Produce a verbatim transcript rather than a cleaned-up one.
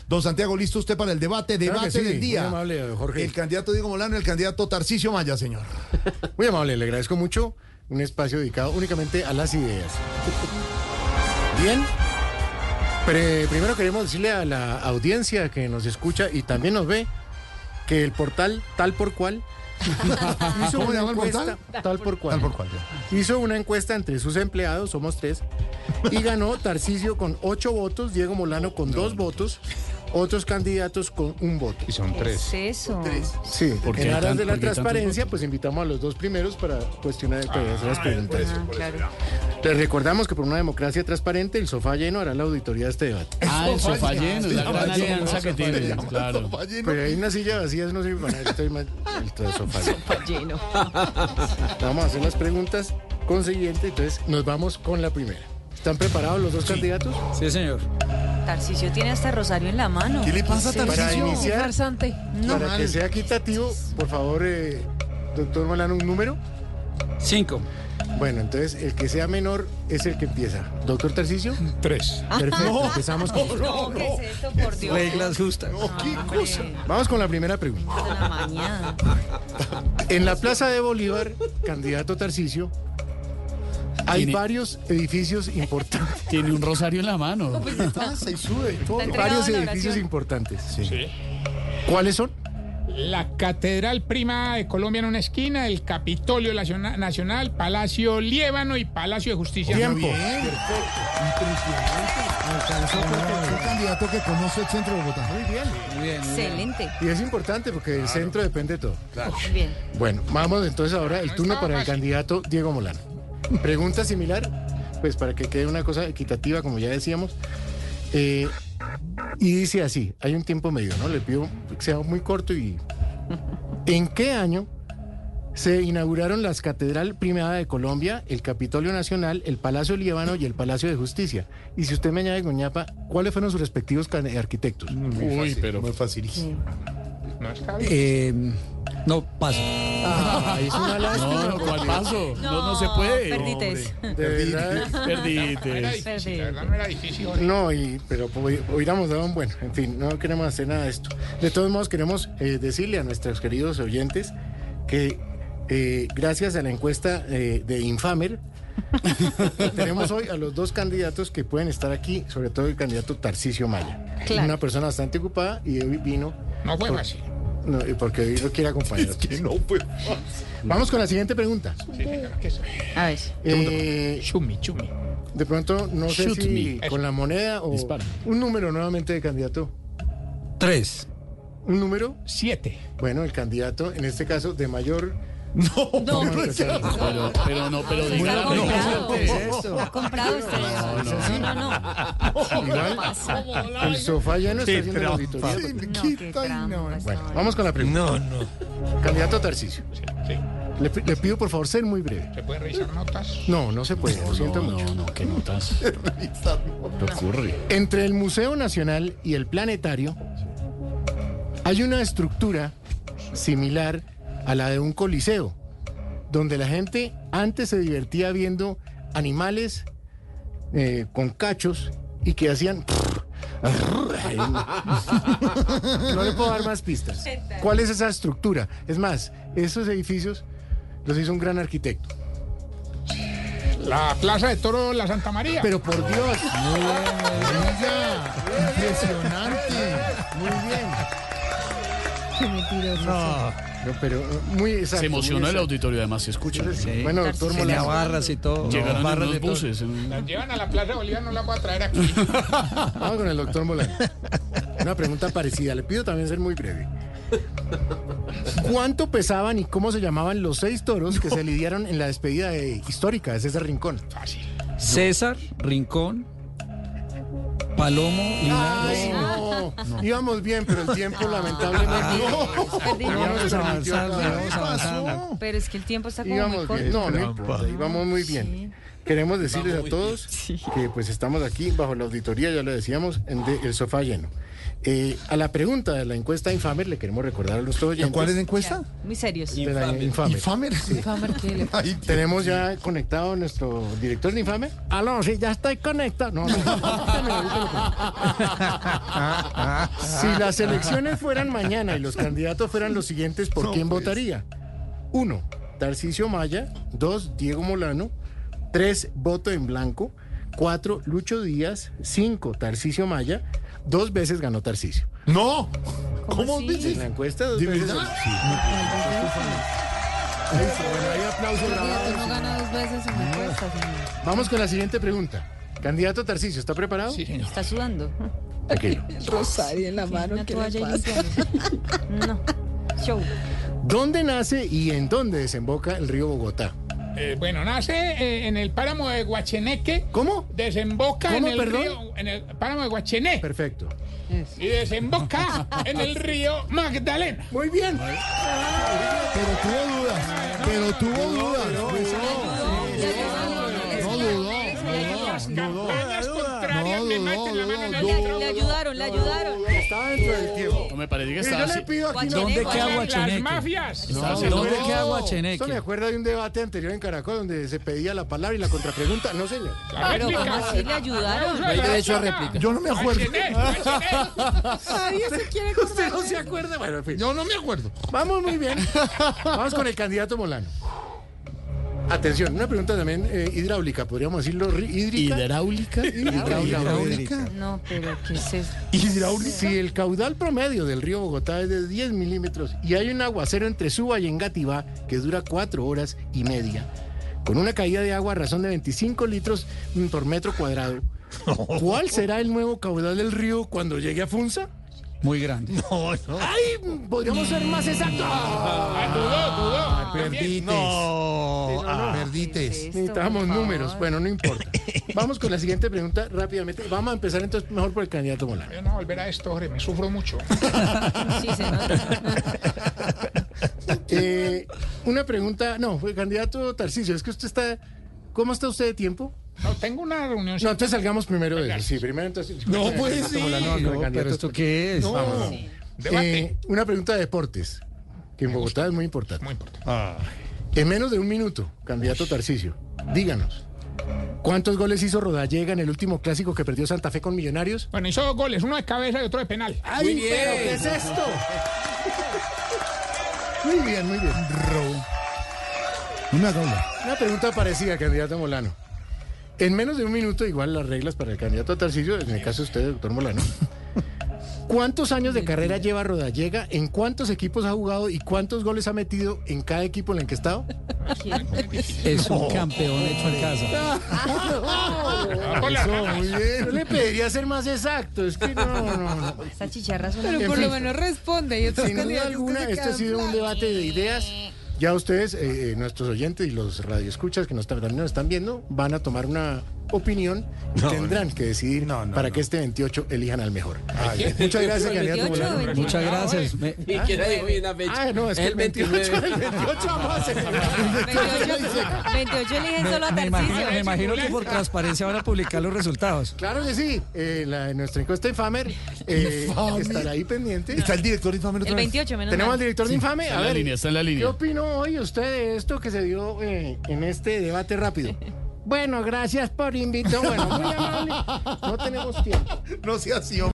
Don Santiago, ¿listo usted para el debate? Claro Debate que sí, del día. muy amable, Jorge. El candidato Diego Molano y el candidato Tarcisio Maya, señor. Muy amable, le agradezco mucho. Un espacio dedicado únicamente a las ideas. Bien. Pre- primero queremos decirle a la audiencia que nos escucha y también nos ve que el portal Tal por Cual hizo ¿Cómo una llama el encuesta, portal? Tal por Cual. Tal por cual, ya. Hizo una encuesta entre sus empleados, somos tres, y ganó Tarcisio con ocho votos, Diego Molano con dos votos, otros candidatos con un voto. Y son tres. ¿Qué es eso? Sí, ¿Por qué en hay aras tan- de la por qué tantos transparencia, votos? pues invitamos a los dos primeros para cuestionar para hacer las preguntas. Ah, claro. Les recordamos que por una democracia transparente, el sofá lleno hará la auditoría de este debate. Ah, el sofá lleno, es la Se gran llama alianza que sofá tienen, lleno, claro. sofá lleno. Pero hay una silla vacía, eso no sirve para nada. Estoy más el sofá lleno. Está lleno. Vamos a hacer las preguntas consiguientes, entonces nos vamos con la primera. ¿Están preparados los dos candidatos? Sí, señor. Tarcisio tiene hasta rosario en la mano. ¿Qué le pasa a ¿Qué es Para Tarcisio? iniciar, farsante. No. para que sea equitativo, por favor, eh, doctor Molano, un número. Cinco. Bueno, entonces el que sea menor es el que empieza. Doctor Tarcisio. Tres. Perfecto, empezamos con... No, ¿qué es esto, por Dios? Reglas justas. No, ¿qué Hombre, cosa? Vamos con la primera pregunta. de la mañana. En la Plaza de Bolívar, candidato Tarcisio, hay Tiene- varios edificios importantes. Tiene un rosario en la mano. ¿Qué pasa? Y sube y todo. Está entregado Varios en la edificios oración. importantes. Sí. ¿Cuáles son? La Catedral Prima de Colombia en una esquina, el Capitolio Naciona- Nacional, Palacio Liébano y Palacio de Justicia. Tiempo. Bien, impresionante. Alcanzó porque un candidato que conoce el centro de Bogotá. Muy bien. Muy bien. Excelente. Y es importante porque del centro depende de todo. Bien. Bueno, vamos entonces ahora el No turno estaba para el fácil. candidato Diego Molano. Pregunta similar, pues para que quede una cosa equitativa, como ya decíamos. Eh, y dice así, hay un tiempo medio, ¿no? Le pido que sea muy corto y... ¿En qué año se inauguraron las Catedral Primada de Colombia, el Capitolio Nacional, el Palacio Líbano y el Palacio de Justicia? Y si usted me añade, Goñapa, ¿cuáles fueron sus respectivos can- arquitectos? Uy, pero. Muy facilísimo. No está bien. Eh, no, paso. Ah, es una lástima. No, ¿cuál paso? No, no se puede. Perdites. De verdad. No era Perdites. difícil, la verdad no era difícil. Jorge. No, y, pero hu- hubiéramos dado un bueno. En fin, no queremos hacer nada de esto. De todos modos, queremos eh, decirle a nuestros queridos oyentes que eh, gracias a la encuesta eh, de Infamer, tenemos hoy a los dos candidatos que pueden estar aquí, sobre todo el candidato Tarcisio Maya. Claro. Una persona bastante ocupada y hoy vino. No fue por- fácil. no, y porque hoy lo quiere acompañar. Que no fue fácil. Vamos con la siguiente pregunta. Sí, claro que sí. A ver. Eh, Chumi, chumi. de pronto, no sé Shoot si me. con la moneda o Dispara. un número nuevamente de candidato. Tres. ¿Un número? Siete. Bueno, el candidato, en este caso, de mayor... No, Vamos a empezar. Pero, pero no, pero diga está la pregunta. comprado. ¿Qué es esto? Está comprado usted. No, no, no. Igual, pasa? el sofá ya no está Sí, haciendo la pero- auditoría. Sí, No, quita qué y trampa no. esta Bueno, vaina. vamos con la pregunta. No, no. Candidato Tarcisio, Sí, sí. le, pi- le pido por favor ser muy breve. ¿Se puede revisar notas? No, no se puede, lo siento No, mucho. no, no, qué notas. ¿Qué ocurre? Entre el Museo Nacional y el Planetario hay una estructura similar a la de un coliseo, donde la gente antes se divertía viendo animales eh, con cachos y que hacían... No le puedo dar más pistas. ¿Cuál es esa estructura? Es más, esos edificios los hizo un gran arquitecto. La Plaza de Toro La Santa María. Pero por Dios, Oiga, impresionante. muy bien. No, no, pero uh, muy exacto. Se emocionó muy el exacto. auditorio, además se escucha. Sí. Bueno, doctor Tenía Molano. barras y todo. Llegaron barras en de unos todo. buses. en- Las llevan a la Plaza de Bolívar, no la voy a traer aquí. Vamos con el doctor Molano. Una pregunta parecida. Le pido también ser muy breve. ¿Cuánto pesaban y cómo se llamaban los seis toros que se lidiaron en la despedida de- histórica de César Rincón? Fácil. César, Rincón, Palomo, Linares. Ay, no. Íbamos bien, pero el tiempo lamentablemente no. Perdimos. No nos Vamos permitió avanzando, acabar. vamos avanzando. Pero es que el tiempo está como muy Íbamos corto. bien. No, no importa. Íbamos muy bien. Sí. queremos decirles a todos que pues estamos aquí bajo la auditoría, ya lo decíamos, en de- el sofá lleno. Eh, a la pregunta de la encuesta Infamer le queremos recordar a nuestros oyentes. ¿Cuál es la encuesta? Muy serios. De la Infamer. Infamer. Infamer, ¿qué le Ay, Dios. Tenemos ya conectado a nuestro director de Infamer. Aló, sí, ya estoy conectado. No, no. Si las elecciones fueran mañana y los candidatos fueran los siguientes, ¿por No, quién pues. votaría? Uno, Tarcisio Maya. Dos, Diego Molano. Tres, voto en blanco. Cuatro, Lucho Díaz. Cinco, Tarcisio Maya. Dos veces ganó Tarcisio. No. ¿Cómo así? dices? En la encuesta, dos ¿De veces. verdad? Sí. Ahí está, bueno, ahí aplauso grabado. no gana dos veces en la encuesta, señor. Vamos con la siguiente pregunta. Candidato Tarcisio, ¿está preparado? Sí, señor. Está sudando. Tranquilo. Rosario en la mano, Una ¿qué toalla le y pasa? limpiándose. No. Show. ¿Dónde nace y en dónde desemboca el río Bogotá? Eh, bueno, nace eh, en el páramo de Guacheneque. ¿Cómo? Desemboca ¿Cómo, en el perdón? río, en el páramo de Guachené. Perfecto. Y desemboca en el río Magdalena. Muy bien. Pero tuvo dudas. Pero tuvo dudas. No dudó. Las campañas contrarias No, le no, meten la mano en no, el no. otro. Le ayudaron, le ayudaron. Estaba dentro del tiempo. No me parece que Yo estaba le así. pido aquí no. ¿Dónde queda Las Guacheneque? mafias. Estaba No, haciendo- ¿Dónde no. queda Esto me Guacheneque? acuerda de un debate anterior en Caracol donde se pedía la palabra y la contrapregunta. No, señor. La Pero réplica. ¿cómo así le ayudaron? No hay derecho a réplica. Yo no me acuerdo. Guachené, Guachené. Nadie se quiere ¿Usted no se acuerda? Bueno, en fin. Yo no me acuerdo. Vamos muy bien. Vamos con el candidato Molano. Atención, una pregunta también eh, hidráulica, podríamos decirlo, ri- hídrica. ¿Hidráulica? Hidráulica. No, pero ¿qué es eso? Hidráulica. Si el caudal promedio del río Bogotá es de diez milímetros y hay un aguacero entre Suba y Engativá que dura cuatro horas y media, con una caída de agua a razón de veinticinco litros por metro cuadrado, ¿cuál será el nuevo caudal del río cuando llegue a Funza? Muy grande. No, no. ¡Ay! Podríamos ser más exactos. Ah, dudó, dudó. Perdites. no, No. no. Ah, perdites. Esto, Necesitamos por favor. números. Bueno, no importa. Vamos con la siguiente pregunta rápidamente. Vamos a empezar entonces mejor por el candidato Molano. Yo no volver a esto, Jorge, me sufro mucho. Sí, se nota. Eh, una pregunta, no, fue el candidato Tarcisio, es que usted está, ¿cómo está usted de tiempo? No, tengo una reunión. No, entonces salgamos primero de eso. Sí, primero entonces. No, pues Candidato sí. Molano, con el No, candidato pero ¿esto qué es? No. Vámonos. Debate. Eh, una pregunta de deportes, que en Bogotá es muy importante. Muy importante. Ah. En menos de un minuto, candidato Tarcisio, díganos, ¿cuántos goles hizo Rodallega en el último clásico que perdió Santa Fe con Millonarios? Bueno, hizo dos goles, uno de cabeza y otro de penal. ¡Ay, pero qué es esto! Muy bien, muy bien. No me haga hablar. Una pregunta parecida, candidato Molano. En menos de un minuto, igual las reglas para el candidato Tarcisio, en el caso de usted, doctor Molano. ¿Cuántos años de carrera lleva Rodallega? ¿En cuántos equipos ha jugado y cuántos goles ha metido en cada equipo en el que ha estado? Es un campeón hecho en casa. Ah, por la Eso, rama. muy bien. Yo le pediría ser más exacto. Es que no, no, no. Esta chicharra suena Pero En por fin. lo menos responde. Y otros Sin duda candidatos que alguna, se este ha quedan sido un debate de ideas. Ya ustedes, eh, eh, nuestros oyentes y los radioescuchas que nos, están- también nos están viendo, van a tomar una opinión y No, tendrán que decidir No, no, para no. que este veintiocho elijan al mejor. Muchas gracias, candidato veintiocho, Molano. veintiocho. Muchas gracias. Me- Ni siquiera dijo bien la fecha. Ah, no, es que el El veintiocho, veintinueve. el veintiocho vamos a hacer. veintiocho, veintiocho eligen solo a me imagino, Tarcisio. me imagino que por transparencia van a publicar los resultados. Claro que sí. Eh, la, nuestra encuesta Infamer eh, Infame. estará ahí pendiente. Está el director de Infame otra El vez. veintiocho, menos Tenemos al mal. director de Infame. Está A en la ver, línea, está en la ¿qué línea. opinó hoy usted de esto que se dio eh, en este debate rápido? Bueno, gracias por invitar. Bueno, muy amable. No tenemos tiempo. No sea así, hombre.